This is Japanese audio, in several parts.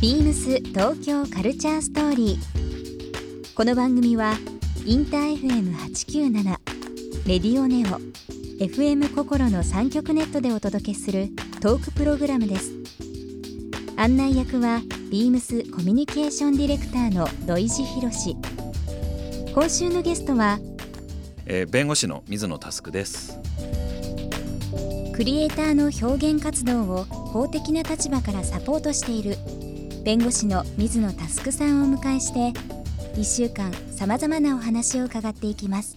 ビームス東京カルチャーストーリー。この番組はインター FM897 レディオネオ FM 心の3極ネットでお届けするトークプログラムです。案内役はビームスコミュニケーションディレクターの土井博志。今週のゲストは、 弁護士の水野佑です。 クリエイターの表現活動を法的な立場からサポートしている弁護士の水野佑さんをお迎えして、1週間さまざまなお話を伺っていきます。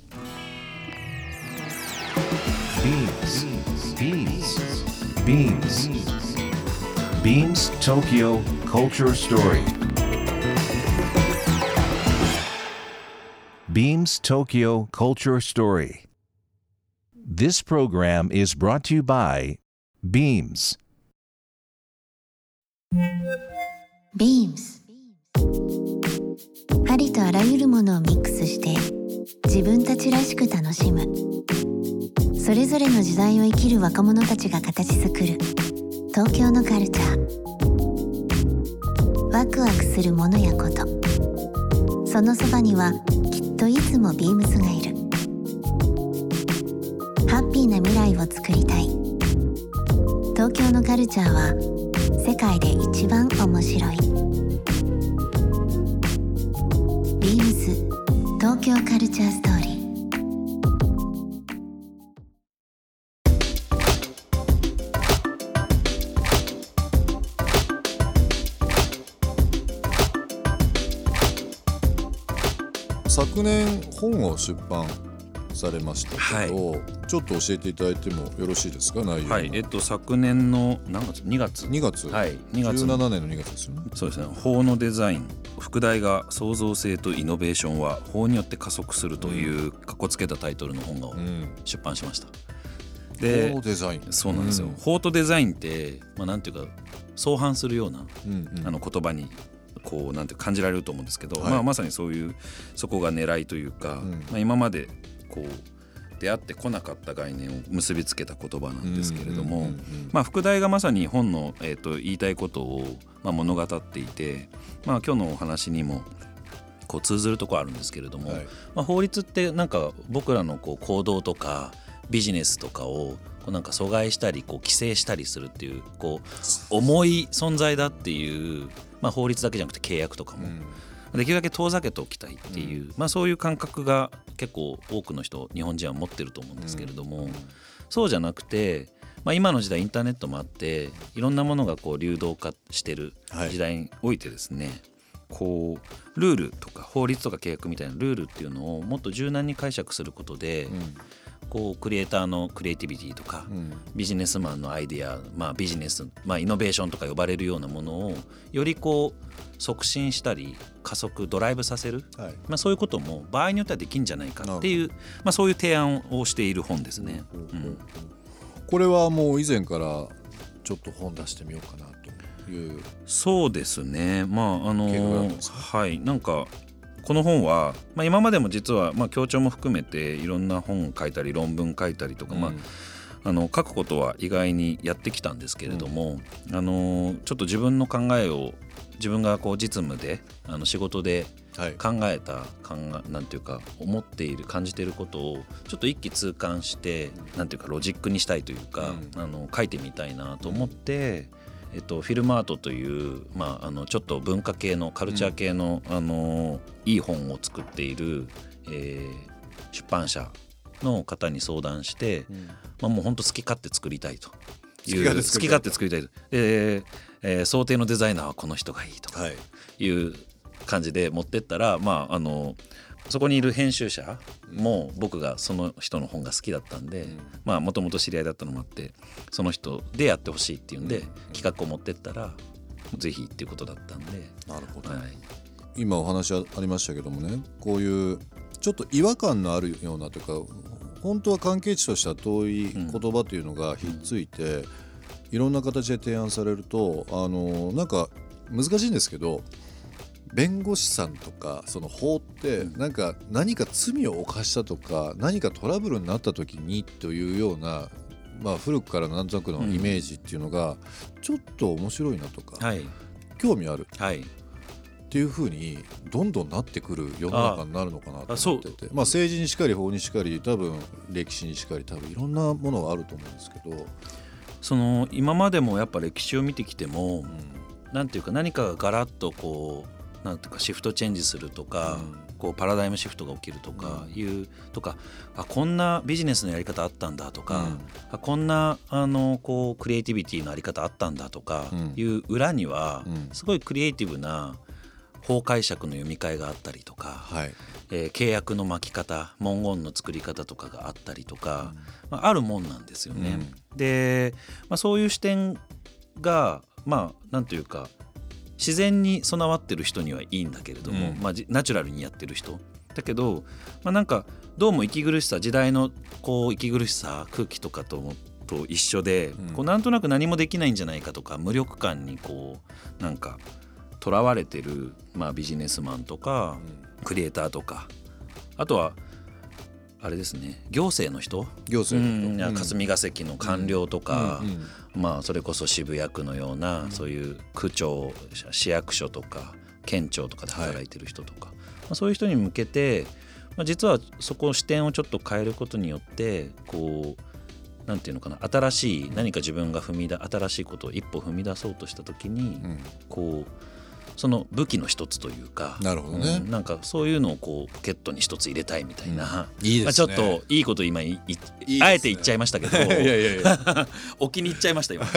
Beams Tokyo Culture Story. Beams Tokyo Culture Story. This program is brought to you by Beams. Beams ありとあらゆるものをミックスして自分たちらしく楽しむ、それぞれの時代を生きる若者たちが形作る東京のカルチャー。ワクワクするものやこと、そのそばにはきっといつもビームスがいる。ハッピーな未来を作りたい。東京のカルチャーは世界で一番面白い。ビームス東京カルチャーストーリー。 昨年本を出版されましたけど、 はい、 ちょっと教えていただいてもよろしいですか、内容。 はい、昨年の何月2月、はい、2月 17年の2月ですよね。 そうですね。法のデザイン、副題が創造性とイノベーションは法によって加速するというかっこつけたタイトルの本を出版しました。 で、法デザイン。 そうなんですよ。法とデザインって、なんていうか相反するような、言葉にこうなんて感じられると思うんですけど、 はい、 まさにそこが狙いというか、今までこう出会ってこなかった概念を結びつけた言葉なんですけれども、副題がまさに本の、言いたいことを、物語っていて、今日のお話にもこう通ずるところあるんですけれども、法律ってなんか僕らのこう行動とかビジネスとかをこうなんか阻害したりこう規制したりするっていう、こう重い存在だっていう、法律だけじゃなくて契約とかも、できるだけ遠ざけておきたいっていう、そういう感覚が結構多くの人、日本人は持ってると思うんですけれども、そうじゃなくて、今の時代インターネットもあっていろんなものがこう流動化してる時代においてですね、こうルールとか法律とか契約みたいなルールっていうのをもっと柔軟に解釈することで、こうクリエイターのクリエイティビティとか、ビジネスマンのアイデア、ビジネス、イノベーションとか呼ばれるようなものをよりこう促進したり加速ドライブさせる、そういうことも場合によってはできるんじゃないかっていう、そういう提案をしている本ですね。 これはもう以前からちょっと本出してみようかなという。 そうですね。はい、なんかこの本は、今までも実は、協調も含めていろんな本を書いたり論文書いたりとか、書くことは意外にやってきたんですけれども、ちょっと自分の考えを自分がこう実務で仕事で考えた、なんていうか思っている感じていることをちょっと一気通貫してなんていうかロジックにしたいというか、書いてみたいなと思って、フィルムアートという、ちょっと文化系のカルチャー系の、いい本を作っている、出版社の方に相談して、もう本当好き勝手作りたいという、好き勝手作りたいと、想定のデザイナーはこの人がいいという感じで持ってったら、そこにいる編集者も僕がその人の本が好きだったんで、もともと知り合いだったのもあってその人でやってほしいっていうんで、企画を持ってったらぜひっていうことだったんで。 なるほど、今お話ありましたけどもね、こういうちょっと違和感のあるようなというか、本当は関係値としては遠い言葉というのがひっついて、いろんな形で提案されるとなんか難しいんですけど、弁護士さんとかその法って何か罪を犯したとか何かトラブルになった時にというような、古くからなんとなくのイメージっていうのがちょっと面白いなとか、 興味ある、 はい、 っていう風にどんどんなってくる世の中になるのかなと思ってて、政治にしかり法にしかり多分歴史にしかり多分いろんなものがあると思うんですけど、 その今までもやっぱ歴史を見てきても、なんていうか何かがガラッとこうなんていうかシフトチェンジするとか、こうパラダイムシフトが起きるとかとか、こんなビジネスのやり方あったんだとか、こんなこうクリエイティビティのあり方あったんだとかいう裏にはすごいクリエイティブな法解釈の読み替えがあったりとか、契約の巻き方、文言の作り方とかがあったりとか、あるもんなんですよね。で、そういう視点がなんというか自然に備わってる人にはいいんだけれども、ナチュラルにやってる人だけど、なんかどうも息苦しさ、時代のこう息苦しさ、空気とかと一緒で、こうなんとなく何もできないんじゃないかとか無力感にこうなんかとらわれてる、ビジネスマンとか、クリエイターとか、あとはあれですね、行政の人、霞が関の官僚とか、それこそ渋谷区のような、そういう区長、市役所とか県庁とかで働いてる人とか、そういう人に向けて、実はそこ視点をちょっと変えることによってこうなんていうのかな、新しい何か自分が新しいことを一歩踏み出そうとした時に、こうその武器の一つというか、 なるほどね、 なんかそういうのをこうポケットに一つ入れたいみたいな、 いいですね、 ちょっといいこと今あえて言っちゃいましたけどお気に入っちゃいました今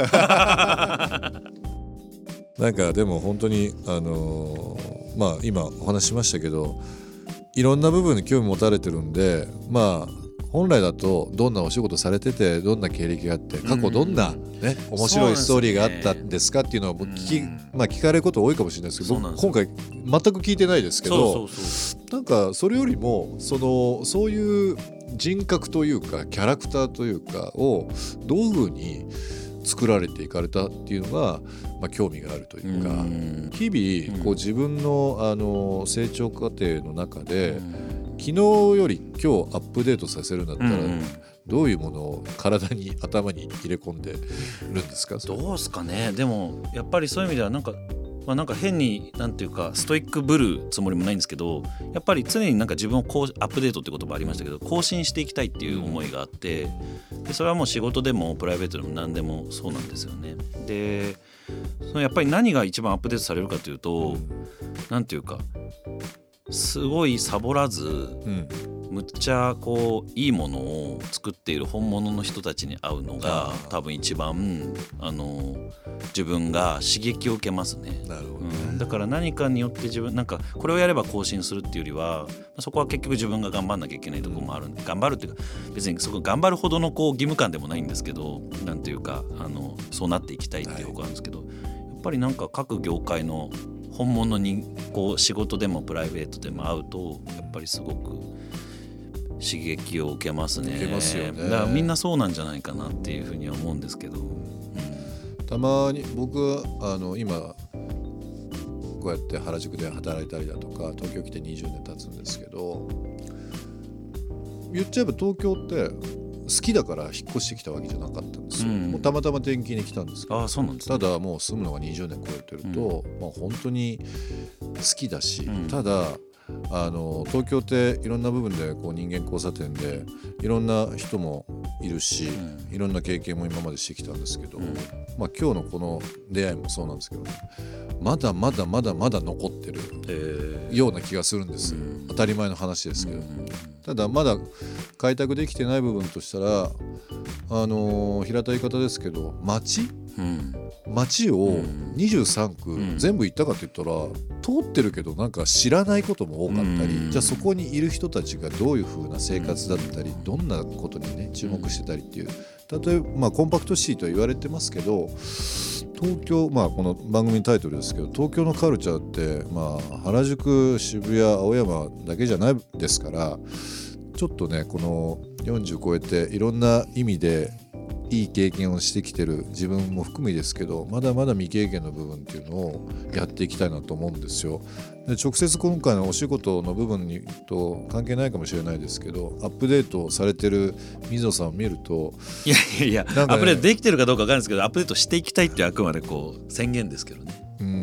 なんかでも本当に今お話ししましたけど、いろんな部分に興味持たれてるんで、本来だとどんなお仕事されてて、どんな経歴があって、過去どんな、面白いストーリーがあったんですかっていうのを聞かれること多いかもしれないですけど、僕今回全く聞いてないですけど、なんかそれよりもそういう人格というかキャラクターというかをどういうふうに作られていかれたっていうのが、興味があるというか、日々こう自分の、成長過程の中で、昨日より今日アップデートさせるんだったら、どういうものを体に頭に入れ込んでるんですか？ どうですかね。でもやっぱりそういう意味ではなんか変になんていうかストイックぶるつもりもないんですけど、やっぱり常になんか自分をアップデートって言葉ありましたけど、更新していきたいっていう思いがあって、でそれはもう仕事でもプライベートでも何でもそうなんですよね。でやっぱり何が一番アップデートされるかというと、なんていうかすごいサボらず、むっちゃこういいものを作っている本物の人たちに会うのが多分一番自分が刺激を受けますね。 なるほどね。 だから何かによって自分なんかこれをやれば更新するっていうよりは、そこは結局自分が頑張んなきゃいけないところもあるんで、頑張るっていうか別にそこ頑張るほどのこう義務感でもないんですけど、なんていうかそうなっていきたいっていう方向なんですけど、やっぱりなんか各業界の本物にこう仕事でもプライベートでも会うとやっぱりすごく刺激を受けますね。 受けますよね。 だからみんなそうなんじゃないかなっていうふうには思うんですけど、 たまに僕は今こうやって原宿で働いたりだとか、東京来て20年経つんですけど、言っちゃえば東京って好きだから引っ越してきたわけじゃなかったんですよ。もうたまたま転勤に来たんですけど、 そうなんですね。 ただもう住むのが20年超えてると、本当に好きだし、ただ東京っていろんな部分でこう人間交差点でいろんな人もいるし、いろんな経験も今までしてきたんですけど、今日のこの出会いもそうなんですけど、まだまだ残ってるような気がするんです、当たり前の話ですけど、ただまだ開拓できてない部分としたら平たい言い方ですけど、街を23区全部行ったかって言ったら通ってるけどなんか知らないことも多かったり、じゃあそこにいる人たちがどういう風な生活だったり、どんなことにね注目してたりっていう、例えばコンパクトシティとは言われてますけど、東京この番組タイトルですけど、東京のカルチャーって原宿、渋谷、青山だけじゃないですから、ちょっとねこの40超えていろんな意味でいい経験をしてきてる自分も含めですけど、まだまだ未経験の部分っていうのをやっていきたいなと思うんですよ。で直接今回のお仕事の部分にと関係ないかもしれないですけど、アップデートされてる水野さんを見ると、 いや、アップデートできてるかどうか分かるんですけど、アップデートしていきたいっていうあくまでこう宣言ですけどね。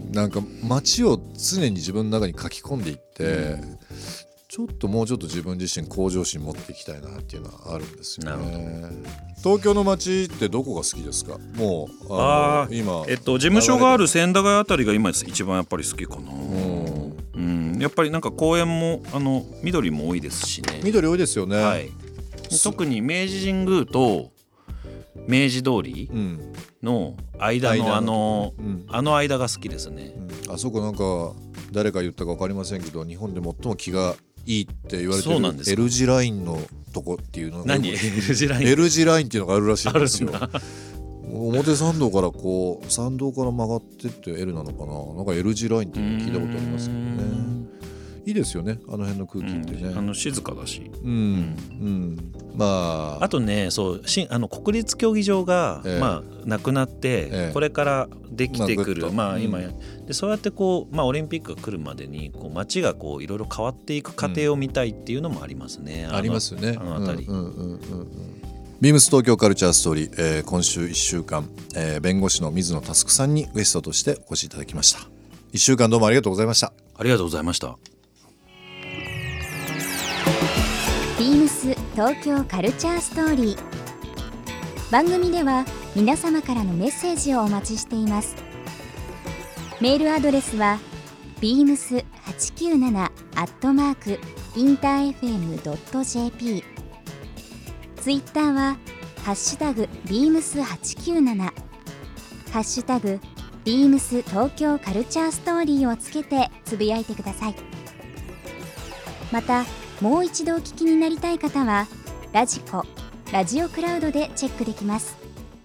なんか街を常に自分の中に書き込んでいって、もうちょっと自分自身向上心持っていきたいなっていうのはあるんですよね。東京の街ってどこが好きですか？もう今事務所がある千駄ヶ谷あたりが今一番やっぱり好きかな。やっぱりなんか公園も緑も多いですしね。 緑多いですよね、はい、 特に明治神宮と明治通りの間の間が好きですね、 あそこなんか誰か言ったか分かりませんけど、日本で最も気がいいって言われてる L 字ラインのとこっていうのが何 L 字ライン L 字ラインっていうのがあるらしいんですよ。表参道から参道から曲がってって L なのかな、なんか L 字ラインっていうの聞いたことありますけどね。いいですよね、あの辺の空気ってね、 静かだし、 あとね、国立競技場が、なくなって、これからできてくる、今でそうやってオリンピックが来るまでに街がいろいろ変わっていく過程を見たいっていうのもありますね。 ありますよね、 あの辺り。 ビームス東京カルチャーストーリー、今週1週間、弁護士の水野佑さんにゲストとしてお越しいただきました。1週間どうもありがとうございました。 ありがとうございました。 ビームス東京カルチャーストーリー。番組では皆様からのメッセージをお待ちしています。メールアドレスは beams897@interfm.jp、 ツイッターはハッシュタグ beams897、 ハッシュタグ beams 東京カルチャーストーリーをつけてつぶやいてください。またもう一度お聞きになりたい方はラジコ、ラジオクラウドでチェックできます。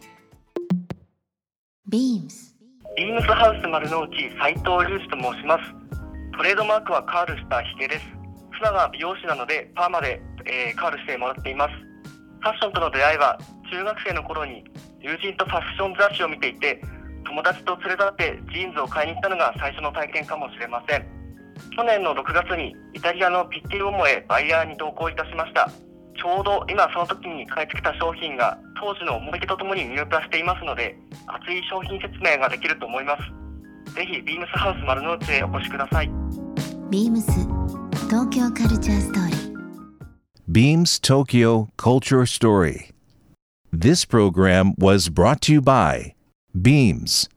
ビームスハウス丸の内斉藤隆二と申します。トレードマークはカールしたヒゲです。妻が美容師なのでパーマで、カールしてもらっています。ファッションとの出会いは中学生の頃に友人とファッション雑誌を見ていて、友達と連れ立ってジーンズを買いに行ったのが最初の体験かもしれません。去年の6月にイタリアのピッティオモへバイヤーに同行いたしました。ちょうど今その時に買い付けた商品が当時の思い出とともに入荷していますので、熱い商品説明ができると思います。ぜひビームスハウス丸の内へお越しください。 ビームス東京カルチャーストーリー。 Beams Tokyo Culture Story. This program was brought to you by Beams.